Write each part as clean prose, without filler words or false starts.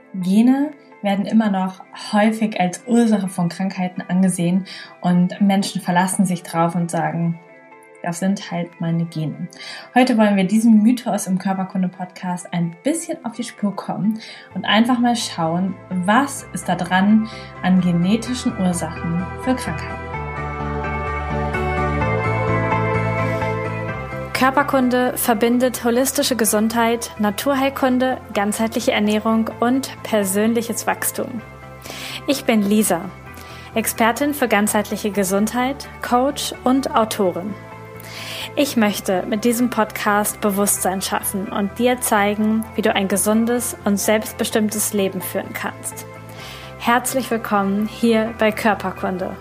Gene werden immer noch häufig als Ursache von Krankheiten angesehen und Menschen verlassen sich drauf und sagen, das sind halt meine Gene. Heute wollen wir diesem Mythos im Körperkunde-Podcast ein bisschen auf die Spur kommen und einfach mal schauen, was ist da dran an genetischen Ursachen für Krankheiten. Körperkunde verbindet holistische Gesundheit, Naturheilkunde, ganzheitliche Ernährung und persönliches Wachstum. Ich bin Lisa, Expertin für ganzheitliche Gesundheit, Coach und Autorin. Ich möchte mit diesem Podcast Bewusstsein schaffen und dir zeigen, wie du ein gesundes und selbstbestimmtes Leben führen kannst. Herzlich willkommen hier bei Körperkunde.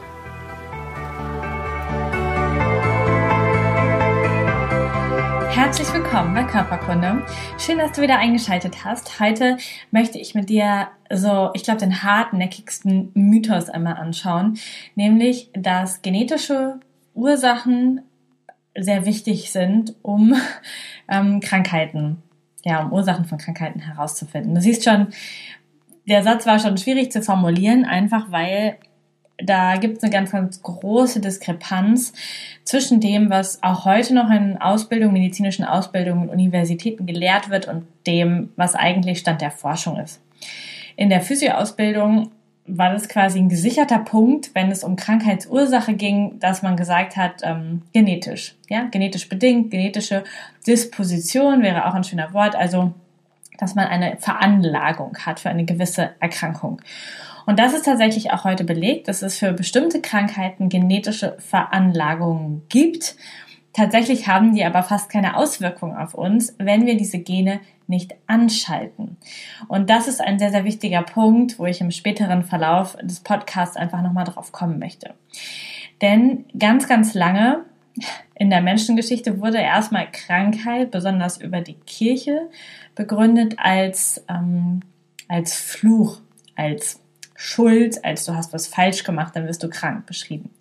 Herzlich willkommen bei Körperkunde. Schön, dass du wieder eingeschaltet hast. Heute möchte ich mit dir den hartnäckigsten Mythos einmal anschauen, nämlich, dass genetische Ursachen sehr wichtig sind, um Ursachen von Krankheiten herauszufinden. Du siehst schon, der Satz war schon schwierig zu formulieren, einfach weil da gibt es eine ganz, ganz große Diskrepanz zwischen dem, was auch heute noch in medizinischen Ausbildungen und Universitäten gelehrt wird und dem, was eigentlich Stand der Forschung ist. In der Physio-Ausbildung war das quasi ein gesicherter Punkt, wenn es um Krankheitsursache ging, dass man gesagt hat, genetisch bedingt, genetische Disposition wäre auch ein schöner Wort, also dass man eine Veranlagung hat für eine gewisse Erkrankung. Und das ist tatsächlich auch heute belegt, dass es für bestimmte Krankheiten genetische Veranlagungen gibt. Tatsächlich haben die aber fast keine Auswirkung auf uns, wenn wir diese Gene nicht anschalten. Und das ist ein sehr, sehr wichtiger Punkt, wo ich im späteren Verlauf des Podcasts einfach nochmal drauf kommen möchte. Denn ganz, ganz lange in der Menschengeschichte wurde erstmal Krankheit, besonders über die Kirche, begründet als Fluch, als Schuld, als du hast was falsch gemacht, dann wirst du krank beschrieben.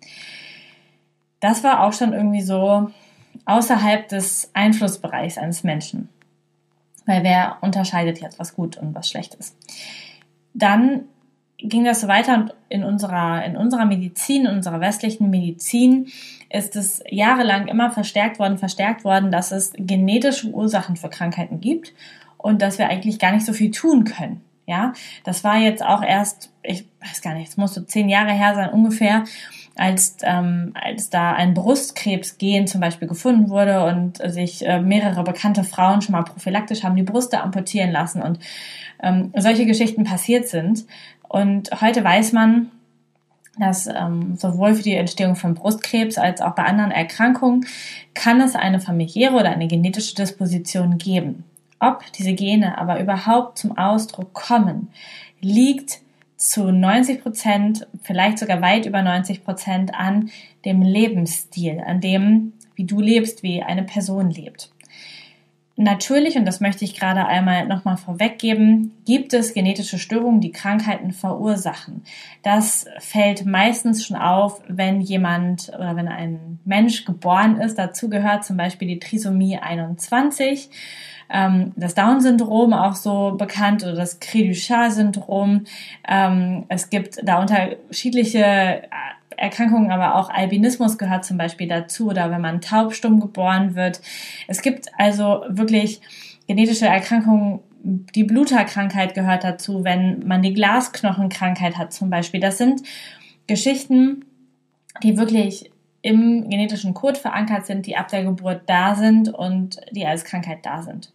Das war auch schon irgendwie so außerhalb des Einflussbereichs eines Menschen. Weil wer unterscheidet jetzt, was gut und was schlecht ist? Dann ging das so weiter und in unserer Medizin, in unserer westlichen Medizin ist es jahrelang immer verstärkt worden, dass es genetische Ursachen für Krankheiten gibt und dass wir eigentlich gar nicht so viel tun können. Ja, das war jetzt auch erst, ich weiß gar nicht, es muss so 10 Jahre her sein ungefähr, als da ein Brustkrebsgen zum Beispiel gefunden wurde und sich mehrere bekannte Frauen schon mal prophylaktisch haben die Brüste amputieren lassen und solche Geschichten passiert sind. Und heute weiß man, dass sowohl für die Entstehung von Brustkrebs als auch bei anderen Erkrankungen kann es eine familiäre oder eine genetische Disposition geben. Ob diese Gene aber überhaupt zum Ausdruck kommen, liegt zu 90%, vielleicht sogar weit über 90% an dem Lebensstil, an dem, wie du lebst, wie eine Person lebt. Natürlich, und das möchte ich gerade einmal nochmal vorweggeben, gibt es genetische Störungen, die Krankheiten verursachen. Das fällt meistens schon auf, wenn jemand oder wenn ein Mensch geboren ist. Dazu gehört zum Beispiel die Trisomie 21, das Down-Syndrom auch so bekannt oder das Cre-du-Chat-Syndrom. Es gibt da unterschiedliche Erkrankungen, aber auch Albinismus gehört zum Beispiel dazu oder wenn man taubstumm geboren wird. Es gibt also wirklich genetische Erkrankungen, die Bluterkrankheit gehört dazu, wenn man die Glasknochenkrankheit hat zum Beispiel. Das sind Geschichten, die wirklich im genetischen Code verankert sind, die ab der Geburt da sind und die als Krankheit da sind.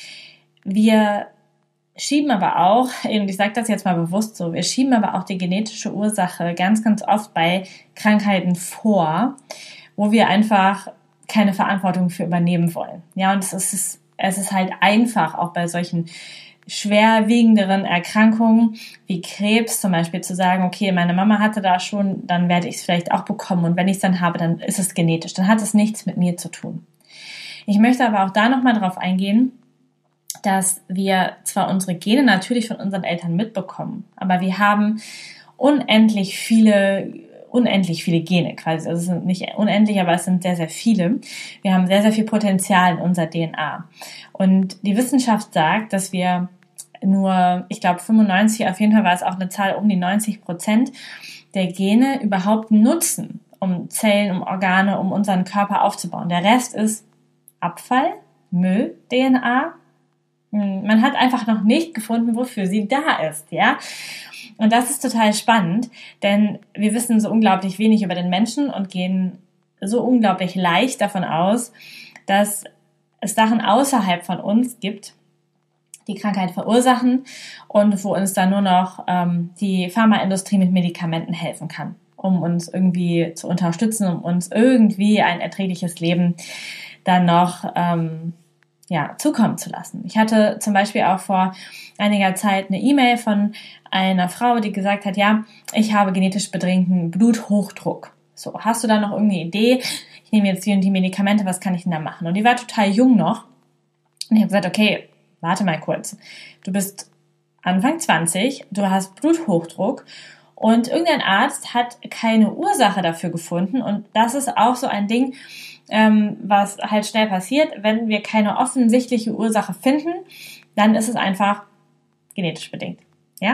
Wir schieben aber auch, ich sage das jetzt mal bewusst so, wir schieben aber auch die genetische Ursache ganz, ganz oft bei Krankheiten vor, wo wir einfach keine Verantwortung für übernehmen wollen. Ja, und es ist halt einfach, auch bei solchen schwerwiegenderen Erkrankungen wie Krebs zum Beispiel zu sagen, okay, meine Mama hatte da schon, dann werde ich es vielleicht auch bekommen und wenn ich es dann habe, dann ist es genetisch, dann hat es nichts mit mir zu tun. Ich möchte aber auch da nochmal drauf eingehen, dass wir zwar unsere Gene natürlich von unseren Eltern mitbekommen, aber wir haben unendlich viele Gene quasi. Also es sind nicht unendlich, aber es sind sehr, sehr viele. Wir haben sehr, sehr viel Potenzial in unserer DNA. Und die Wissenschaft sagt, dass wir nur, ich glaube 95, auf jeden Fall war es auch eine Zahl um die 90% der Gene überhaupt nutzen, um Zellen, um Organe, um unseren Körper aufzubauen. Der Rest ist Abfall, Müll, DNA. Man hat einfach noch nicht gefunden, wofür sie da ist, ja. Und das ist total spannend, denn wir wissen so unglaublich wenig über den Menschen und gehen so unglaublich leicht davon aus, dass es Sachen außerhalb von uns gibt, die Krankheit verursachen und wo uns dann nur noch die Pharmaindustrie mit Medikamenten helfen kann, um uns irgendwie zu unterstützen, um uns irgendwie ein erträgliches Leben dann noch zukommen zu lassen. Ich hatte zum Beispiel auch vor einiger Zeit eine E-Mail von einer Frau, die gesagt hat, ja, ich habe genetisch bedingten Bluthochdruck. So, hast du da noch irgendeine Idee? Ich nehme jetzt die und die Medikamente, was kann ich denn da machen? Und die war total jung noch. Und ich habe gesagt, okay, warte mal kurz. Du bist Anfang 20, du hast Bluthochdruck und irgendein Arzt hat keine Ursache dafür gefunden. Und das ist auch so ein Ding, was halt schnell passiert. Wenn wir keine offensichtliche Ursache finden, dann ist es einfach genetisch bedingt. Ja?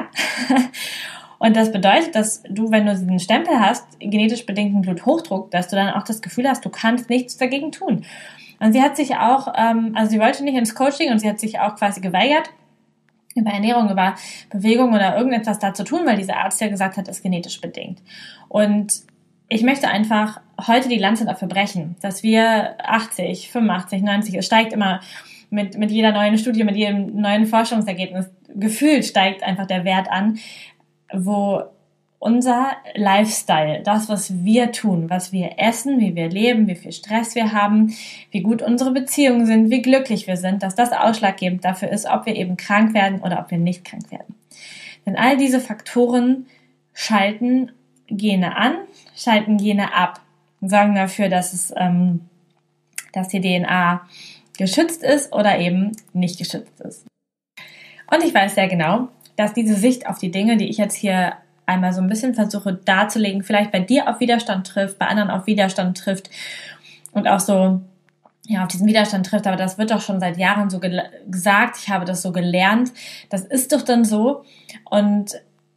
Und das bedeutet, dass du, wenn du diesen Stempel hast, genetisch bedingten Bluthochdruck, dass du dann auch das Gefühl hast, du kannst nichts dagegen tun. Und sie hat sich auch, sie wollte nicht ins Coaching und sie hat sich auch quasi geweigert, über Ernährung, über Bewegung oder irgendetwas da zu tun, weil dieser Arzt ja gesagt hat, ist genetisch bedingt. Und ich möchte einfach heute die Lanze dafür brechen, dass wir 80, 85, 90, es steigt immer mit jeder neuen Studie, mit jedem neuen Forschungsergebnis, gefühlt steigt einfach der Wert an, wo unser Lifestyle, das, was wir tun, was wir essen, wie wir leben, wie viel Stress wir haben, wie gut unsere Beziehungen sind, wie glücklich wir sind, dass das ausschlaggebend dafür ist, ob wir eben krank werden oder ob wir nicht krank werden. Denn all diese Faktoren schalten Gene an, schalten Gene ab und sorgen dafür, dass die DNA geschützt ist oder eben nicht geschützt ist. Und ich weiß sehr genau, dass diese Sicht auf die Dinge, die ich jetzt hier einmal so ein bisschen versuche darzulegen, vielleicht bei dir auf Widerstand trifft, bei anderen auf Widerstand trifft und auch so auf diesen Widerstand trifft, aber das wird doch schon seit Jahren so gesagt, ich habe das so gelernt, das ist doch dann so und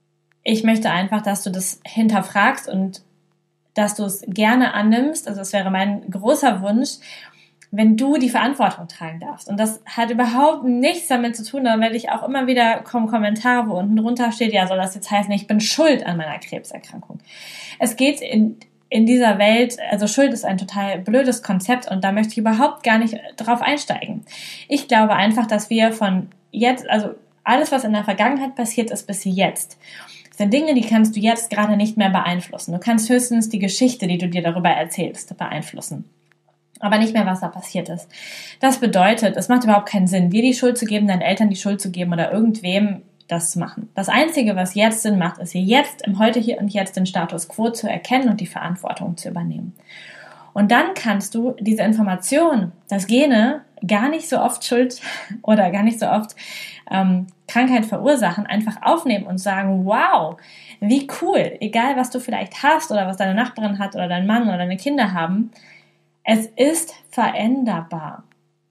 ich möchte einfach, dass du das hinterfragst und dass du es gerne annimmst, also es wäre mein großer Wunsch, wenn du die Verantwortung tragen darfst. Und das hat überhaupt nichts damit zu tun, da werde ich auch immer wieder Kommentare, wo unten drunter steht, ja, soll das jetzt heißen, ich bin schuld an meiner Krebserkrankung. Es geht in dieser Welt, also Schuld ist ein total blödes Konzept und da möchte ich überhaupt gar nicht drauf einsteigen. Ich glaube einfach, dass wir von jetzt, also alles, was in der Vergangenheit passiert ist, bis jetzt, sind Dinge, die kannst du jetzt gerade nicht mehr beeinflussen. Du kannst höchstens die Geschichte, die du dir darüber erzählst, beeinflussen. Aber nicht mehr, was da passiert ist. Das bedeutet, es macht überhaupt keinen Sinn, dir die Schuld zu geben, deinen Eltern die Schuld zu geben oder irgendwem das zu machen. Das Einzige, was jetzt Sinn macht, ist jetzt, im Heute, Hier und Jetzt den Status Quo zu erkennen und die Verantwortung zu übernehmen. Und dann kannst du diese Information, dass Gene gar nicht so oft Schuld oder gar nicht so oft Krankheit verursachen, einfach aufnehmen und sagen, wow, wie cool, egal was du vielleicht hast oder was deine Nachbarin hat oder dein Mann oder deine Kinder haben, es ist veränderbar.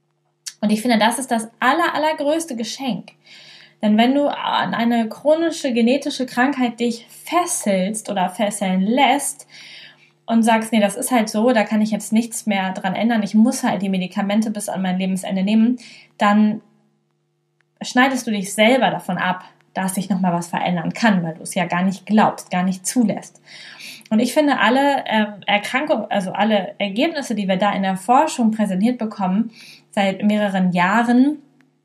Und ich finde, das ist das allergrößte Geschenk. Denn wenn du an eine chronische genetische Krankheit dich fesselst oder fesseln lässt und sagst, nee, das ist halt so, da kann ich jetzt nichts mehr dran ändern, ich muss halt die Medikamente bis an mein Lebensende nehmen, dann schneidest du dich selber davon ab, dass sich nochmal was verändern kann, weil du es ja gar nicht glaubst, gar nicht zulässt. Und ich finde, alle Erkrankungen, also alle Ergebnisse, die wir da in der Forschung präsentiert bekommen, seit mehreren Jahren,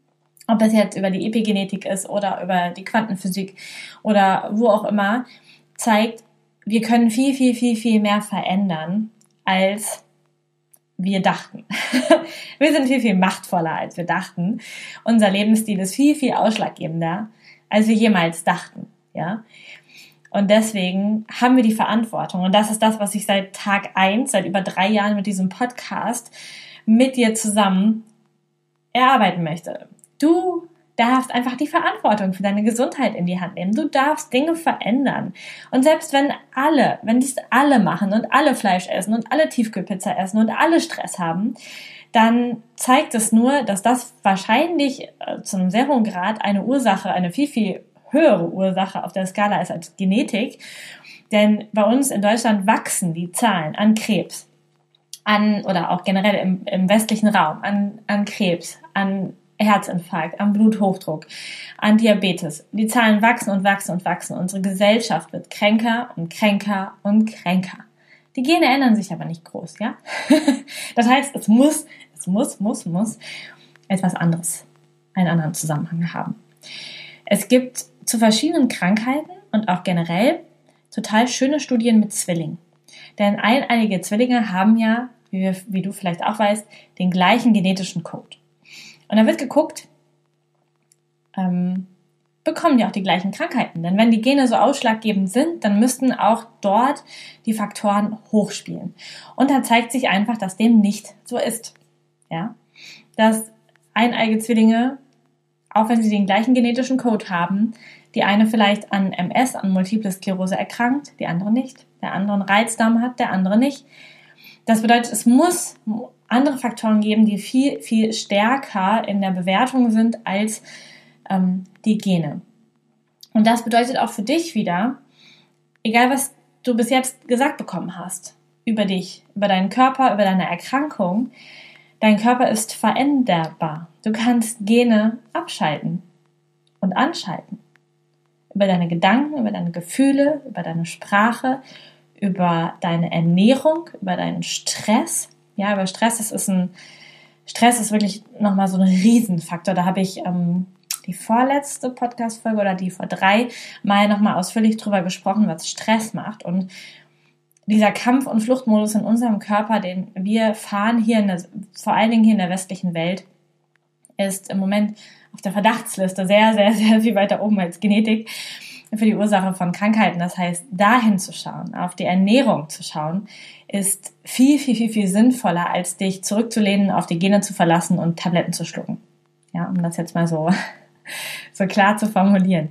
ob es jetzt über die Epigenetik ist oder über die Quantenphysik oder wo auch immer, zeigt, wir können viel mehr verändern, als wir dachten. Wir sind viel machtvoller, als wir dachten. Unser Lebensstil ist viel ausschlaggebender, als wir jemals dachten, ja. Und deswegen haben wir die Verantwortung. Und das ist das, was ich seit Tag 1, seit über 3 Jahren mit diesem Podcast mit dir zusammen erarbeiten möchte. Du darfst einfach die Verantwortung für deine Gesundheit in die Hand nehmen. Du darfst Dinge verändern. Und selbst wenn dies alle machen und alle Fleisch essen und alle Tiefkühlpizza essen und alle Stress haben, dann zeigt es nur, dass das wahrscheinlich zu einem sehr hohen Grad eine viel, viel höhere Ursache auf der Skala ist als Genetik. Denn bei uns in Deutschland wachsen die Zahlen an Krebs, oder auch generell im westlichen Raum, an Krebs, an Herzinfarkt, am Bluthochdruck, an Diabetes. Die Zahlen wachsen und wachsen und wachsen. Unsere Gesellschaft wird kränker und kränker und kränker. Die Gene ändern sich aber nicht groß, ja? Das heißt, es muss etwas anderes, einen anderen Zusammenhang haben. Es gibt zu verschiedenen Krankheiten und auch generell total schöne Studien mit Zwillingen. Denn eineiige Zwillinge haben ja, wie du vielleicht auch weißt, den gleichen genetischen Code. Und da wird geguckt, bekommen die auch die gleichen Krankheiten. Denn wenn die Gene so ausschlaggebend sind, dann müssten auch dort die Faktoren hochspielen. Und da zeigt sich einfach, dass dem nicht so ist. Ja? Dass eineige Zwillinge, auch wenn sie den gleichen genetischen Code haben, die eine vielleicht an MS, an Multiple Sklerose erkrankt, die andere nicht. Der andere einen Reizdarm hat, der andere nicht. Das bedeutet, es muss andere Faktoren geben, die viel, viel stärker in der Bewertung sind als die Gene. Und das bedeutet auch für dich wieder, egal was du bis jetzt gesagt bekommen hast, über dich, über deinen Körper, über deine Erkrankung, dein Körper ist veränderbar. Du kannst Gene abschalten und anschalten. Über deine Gedanken, über deine Gefühle, über deine Sprache, über deine Ernährung, über deinen Stress. Ja, über Stress, Stress ist wirklich nochmal so ein Riesenfaktor. Da habe ich die vorletzte Podcast-Folge oder die vor 3 Mal nochmal ausführlich drüber gesprochen, was Stress macht. Und dieser Kampf- und Fluchtmodus in unserem Körper, den wir fahren vor allen Dingen hier in der westlichen Welt, ist im Moment auf der Verdachtsliste sehr, sehr, sehr viel weiter oben als Genetik für die Ursache von Krankheiten. Das heißt, dahin zu schauen, auf die Ernährung zu schauen, ist viel, viel, viel, viel sinnvoller, als dich zurückzulehnen, auf die Gene zu verlassen und Tabletten zu schlucken. Ja, um das jetzt mal so klar zu formulieren.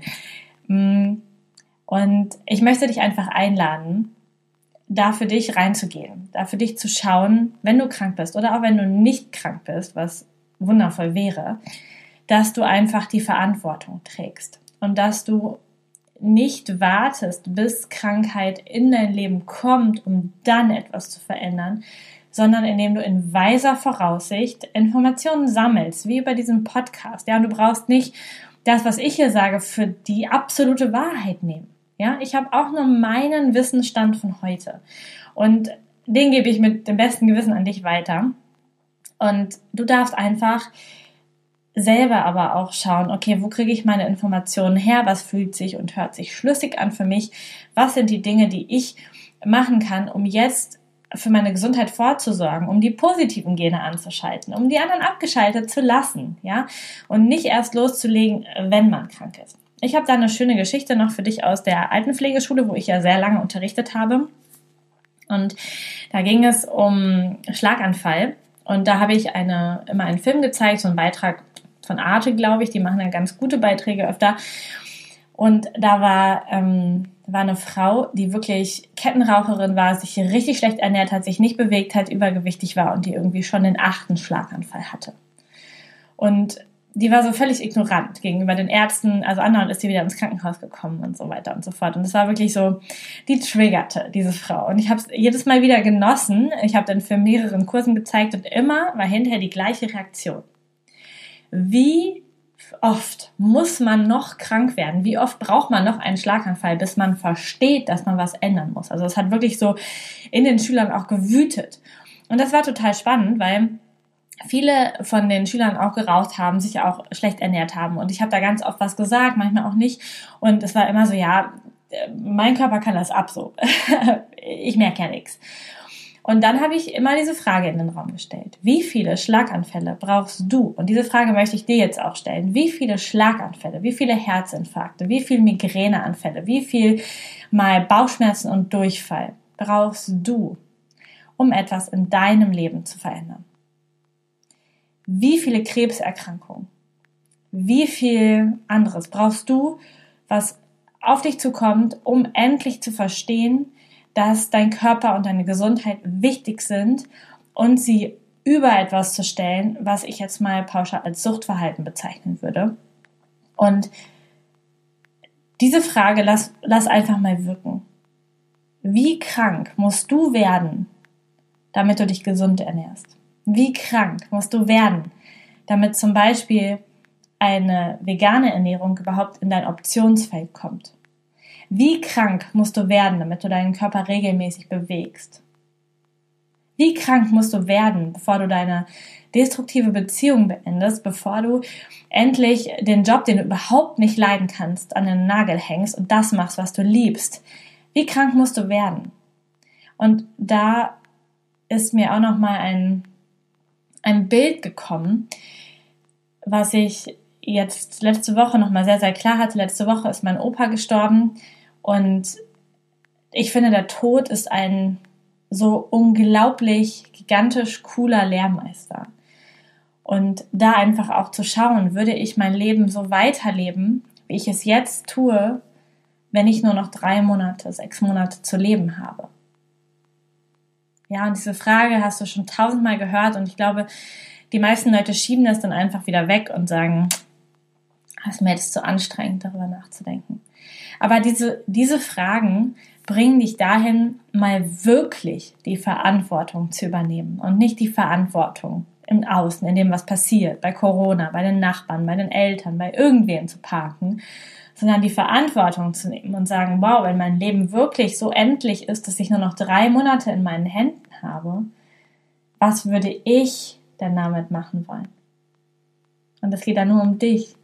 Und ich möchte dich einfach einladen, da für dich reinzugehen, da für dich zu schauen, wenn du krank bist oder auch wenn du nicht krank bist, was wundervoll wäre, dass du einfach die Verantwortung trägst und dass du nicht wartest, bis Krankheit in dein Leben kommt, um dann etwas zu verändern, sondern indem du in weiser Voraussicht Informationen sammelst, wie bei diesem Podcast. Ja, und du brauchst nicht das, was ich hier sage, für die absolute Wahrheit nehmen. Ja, ich habe auch nur meinen Wissensstand von heute und den gebe ich mit dem besten Gewissen an dich weiter. Und du darfst einfach selber aber auch schauen, okay, wo kriege ich meine Informationen her? Was fühlt sich und hört sich schlüssig an für mich? Was sind die Dinge, die ich machen kann, um jetzt für meine Gesundheit vorzusorgen, um die positiven Gene anzuschalten, um die anderen abgeschaltet zu lassen, ja? Und nicht erst loszulegen, wenn man krank ist. Ich habe da eine schöne Geschichte noch für dich aus der Altenpflegeschule, wo ich ja sehr lange unterrichtet habe. Und da ging es um Schlaganfall. Und da habe ich immer einen Film gezeigt, so einen Beitrag von Arte, glaube ich. Die machen dann ganz gute Beiträge öfter. Und da war eine Frau, die wirklich Kettenraucherin war, sich richtig schlecht ernährt hat, sich nicht bewegt hat, übergewichtig war und die irgendwie schon den 8. Schlaganfall hatte. Und die war so völlig ignorant gegenüber den Ärzten, also anderen ist sie wieder ins Krankenhaus gekommen und so weiter und so fort. Und es war wirklich so, die triggerte diese Frau. Und ich habe es jedes Mal wieder genossen. Ich habe den Film mehreren Kursen gezeigt und immer war hinterher die gleiche Reaktion. Wie oft muss man noch krank werden? Wie oft braucht man noch einen Schlaganfall, bis man versteht, dass man was ändern muss? Also es hat wirklich so in den Schülern auch gewütet. Und das war total spannend, weil viele von den Schülern auch geraucht haben, sich auch schlecht ernährt haben. Und ich habe da ganz oft was gesagt, manchmal auch nicht. Und es war immer so, ja, mein Körper kann das ab so. Ich merke ja nichts. Und dann habe ich immer diese Frage in den Raum gestellt. Wie viele Schlaganfälle brauchst du? Und diese Frage möchte ich dir jetzt auch stellen. Wie viele Schlaganfälle, wie viele Herzinfarkte, wie viele Migräneanfälle, wie viel mal Bauchschmerzen und Durchfall brauchst du, um etwas in deinem Leben zu verändern? Wie viele Krebserkrankungen, wie viel anderes brauchst du, was auf dich zukommt, um endlich zu verstehen, dass dein Körper und deine Gesundheit wichtig sind und sie über etwas zu stellen, was ich jetzt mal pauschal als Suchtverhalten bezeichnen würde. Und diese Frage lass einfach mal wirken. Wie krank musst du werden, damit du dich gesund ernährst? Wie krank musst du werden, damit zum Beispiel eine vegane Ernährung überhaupt in dein Optionsfeld kommt? Wie krank musst du werden, damit du deinen Körper regelmäßig bewegst? Wie krank musst du werden, bevor du deine destruktive Beziehung beendest, bevor du endlich den Job, den du überhaupt nicht leiden kannst, an den Nagel hängst und das machst, was du liebst? Wie krank musst du werden? Und da ist mir auch nochmal ein Bild gekommen, was ich jetzt letzte Woche nochmal sehr, sehr klar hatte. Letzte Woche ist mein Opa gestorben und ich finde, der Tod ist ein so unglaublich gigantisch cooler Lehrmeister. Und da einfach auch zu schauen, würde ich mein Leben so weiterleben, wie ich es jetzt tue, wenn ich nur noch 6 Monate zu leben habe. Ja, und diese Frage hast du schon 1000-mal gehört und ich glaube, die meisten Leute schieben das dann einfach wieder weg und sagen, das ist mir jetzt zu anstrengend, darüber nachzudenken. Aber diese Fragen bringen dich dahin, mal wirklich die Verantwortung zu übernehmen und nicht die Verantwortung im Außen, in dem, was passiert, bei Corona, bei den Nachbarn, bei den Eltern, bei irgendwem zu parken, sondern die Verantwortung zu nehmen und sagen, wow, wenn mein Leben wirklich so endlich ist, dass ich nur noch 3 Monate in meinen Händen habe, was würde ich denn damit machen wollen? Und es geht dann nur um dich.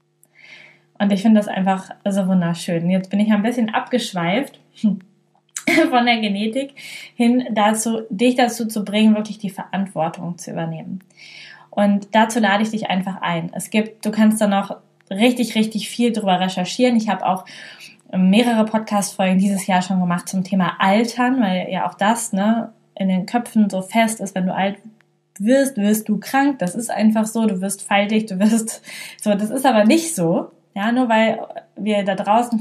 Und ich finde das einfach so wunderschön. Jetzt bin ich ein bisschen abgeschweift von der Genetik hin dazu, dich dazu zu bringen, wirklich die Verantwortung zu übernehmen. Und dazu lade ich dich einfach ein. Du kannst da noch richtig, richtig viel drüber recherchieren. Ich habe auch mehrere Podcast-Folgen dieses Jahr schon gemacht zum Thema Altern, weil ja auch das in den Köpfen so fest ist, wenn du alt wirst du krank. Das ist einfach so. Du wirst faltig, du wirst so. Das ist aber nicht so. Ja, nur weil wir da draußen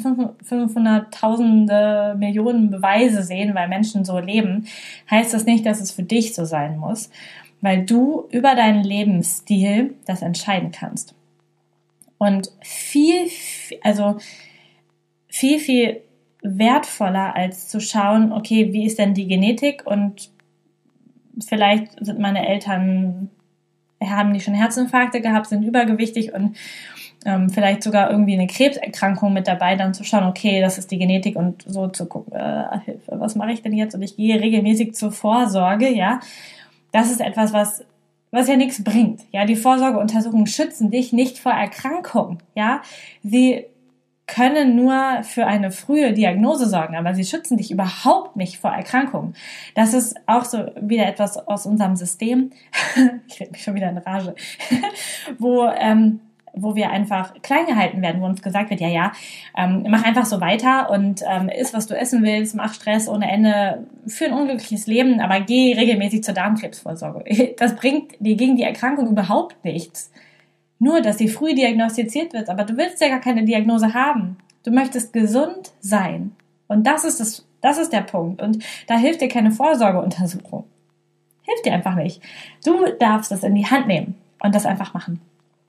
500.000 Millionen Beweise sehen, weil Menschen so leben, heißt das nicht, dass es für dich so sein muss, weil du über deinen Lebensstil das entscheiden kannst. Und viel, viel wertvoller als zu schauen, okay, wie ist denn die Genetik und vielleicht sind meine Eltern, haben die schon Herzinfarkte gehabt, sind übergewichtig und vielleicht sogar irgendwie eine Krebserkrankung mit dabei, dann zu schauen, okay, das ist die Genetik und so zu gucken, Hilfe, was mache ich denn jetzt? Und ich gehe regelmäßig zur Vorsorge, ja. Das ist etwas, was ja nichts bringt, ja. Die Vorsorgeuntersuchungen schützen dich nicht vor Erkrankung, ja. Sie können nur für eine frühe Diagnose sorgen, aber sie schützen dich überhaupt nicht vor Erkrankungen. Das ist auch so wieder etwas aus unserem System. Ich rede mich schon wieder in Rage. Wo wir einfach klein gehalten werden, wo uns gesagt wird, mach einfach so weiter und iss, was du essen willst, mach Stress ohne Ende, führ ein unglückliches Leben, aber geh regelmäßig zur Darmkrebsvorsorge. Das bringt dir gegen die Erkrankung überhaupt nichts. Nur, dass sie früh diagnostiziert wird, aber du willst ja gar keine Diagnose haben. Du möchtest gesund sein. Und das ist der Punkt. Und da hilft dir keine Vorsorgeuntersuchung. Hilft dir einfach nicht. Du darfst das in die Hand nehmen und das einfach machen.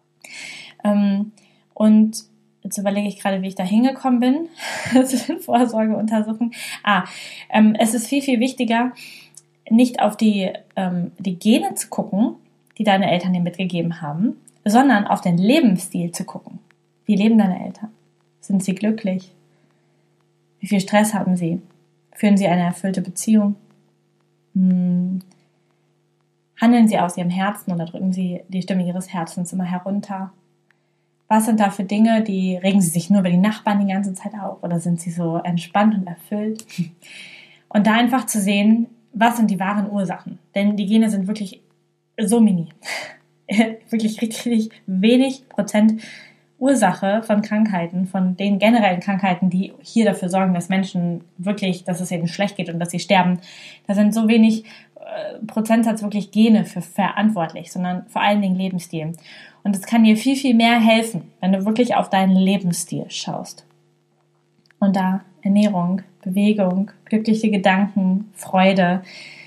Und jetzt überlege ich gerade, wie ich da hingekommen bin zu den Vorsorgeuntersuchungen. Es ist viel, viel wichtiger, nicht auf die Gene zu gucken, die deine Eltern dir mitgegeben haben, sondern auf den Lebensstil zu gucken. Wie leben deine Eltern? Sind sie glücklich? Wie viel Stress haben sie? Führen sie eine erfüllte Beziehung? Handeln sie aus ihrem Herzen oder drücken sie die Stimme ihres Herzens immer herunter? Was sind da für Dinge, regen sie sich nur über die Nachbarn die ganze Zeit auf oder sind sie so entspannt und erfüllt? Und da einfach zu sehen, was sind die wahren Ursachen? Denn die Gene sind wirklich so mini. Wirklich richtig, richtig wenig Prozent Ursache von Krankheiten, von den generellen Krankheiten, die hier dafür sorgen, dass Menschen wirklich, dass es ihnen schlecht geht und dass sie sterben. Da sind so wenig Prozentsatz wirklich Gene für verantwortlich, sondern vor allen Dingen Lebensstil. Und es kann dir viel, viel mehr helfen, wenn du wirklich auf deinen Lebensstil schaust. Und da Ernährung, Bewegung, glückliche Gedanken, Freude,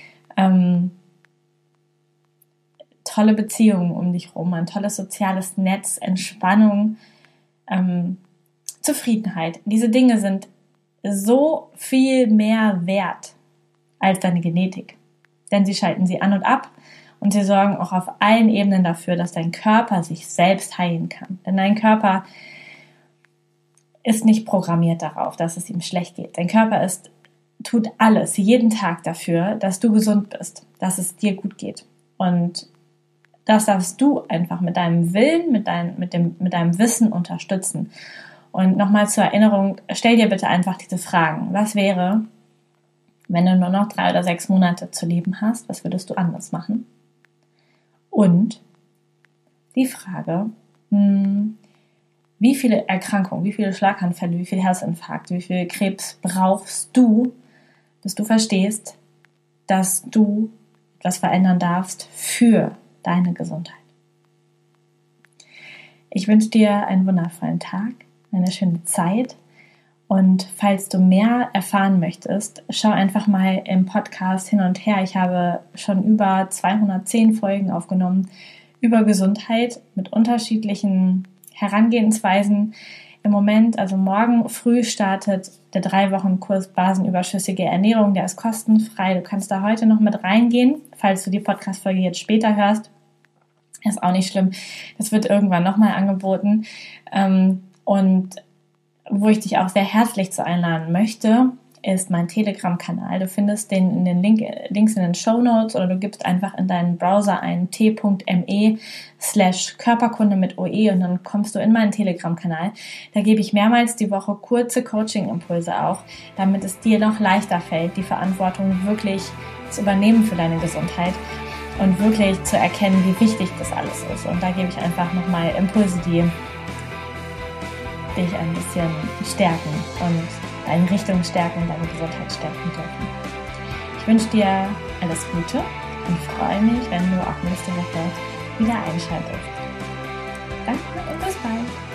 tolle Beziehungen um dich rum, ein tolles soziales Netz, Entspannung, Zufriedenheit. Diese Dinge sind so viel mehr wert als deine Genetik. Denn sie schalten sie an und ab und sie sorgen auch auf allen Ebenen dafür, dass dein Körper sich selbst heilen kann. Denn dein Körper ist nicht programmiert darauf, dass es ihm schlecht geht. Dein Körper tut alles, jeden Tag dafür, dass du gesund bist, dass es dir gut geht. Und das darfst du einfach mit deinem Willen, mit deinem Wissen unterstützen. Und nochmal zur Erinnerung, stell dir bitte einfach diese Fragen. Was wäre, wenn du nur noch 3 oder 6 Monate zu leben hast? Was würdest du anders machen? Und die Frage, wie viele Erkrankungen, wie viele Schlaganfälle, wie viele Herzinfarkte, wie viel Krebs brauchst du, bis du verstehst, dass du etwas verändern darfst für deine Gesundheit. Ich wünsche dir einen wundervollen Tag, eine schöne Zeit und falls du mehr erfahren möchtest, schau einfach mal im Podcast hin und her. Ich habe schon über 210 Folgen aufgenommen über Gesundheit mit unterschiedlichen Herangehensweisen. Im Moment, also morgen früh, startet der 3-Wochen-Kurs Basenüberschüssige Ernährung. Der ist kostenfrei. Du kannst da heute noch mit reingehen, falls du die Podcast-Folge jetzt später hörst. Ist auch nicht schlimm. Das wird irgendwann nochmal angeboten. Und wo ich dich auch sehr herzlich zu einladen möchte, ist mein Telegram-Kanal. Du findest den in den Links in den Shownotes oder du gibst einfach in deinen Browser ein t.me/Körperkunde mit OE und dann kommst du in meinen Telegram-Kanal. Da gebe ich mehrmals die Woche kurze Coaching-Impulse auch, damit es dir noch leichter fällt, die Verantwortung wirklich zu übernehmen für deine Gesundheit und wirklich zu erkennen, wie wichtig das alles ist. Und da gebe ich einfach nochmal Impulse, die dich ein bisschen stärken und deine Richtung stärken, deine Gesundheit stärken dürfen. Ich wünsche dir alles Gute und freue mich, wenn du auch nächste Woche wieder einschaltest. Danke und bis bald.